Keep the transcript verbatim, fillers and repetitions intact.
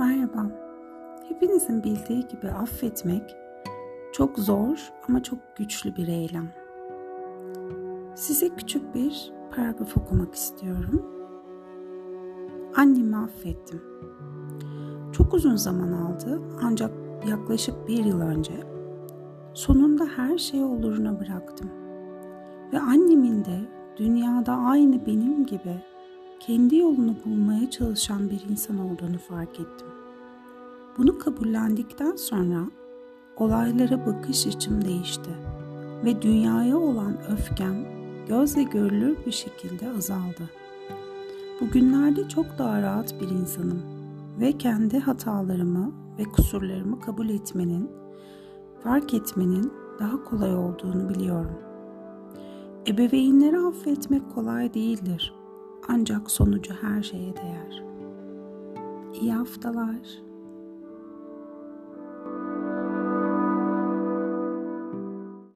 Merhaba. Hepinizin bildiği gibi affetmek çok zor ama çok güçlü bir eylem. Size küçük bir paragraf okumak istiyorum. Annemi affettim. Çok uzun zaman aldı ancak yaklaşık bir yıl önce sonunda her şeyi oluruna bıraktım. Ve annemin de dünyada aynı benim gibi kendi yolunu bulmaya çalışan bir insan olduğunu fark ettim. Bunu kabullendikten sonra olaylara bakış açım değişti ve dünyaya olan öfkem gözle görülür bir şekilde azaldı. Bugünlerde çok daha rahat bir insanım ve kendi hatalarımı ve kusurlarımı kabul etmenin, fark etmenin daha kolay olduğunu biliyorum. Ebeveynleri affetmek kolay değildir, ancak sonucu her şeye değer. İyi haftalar.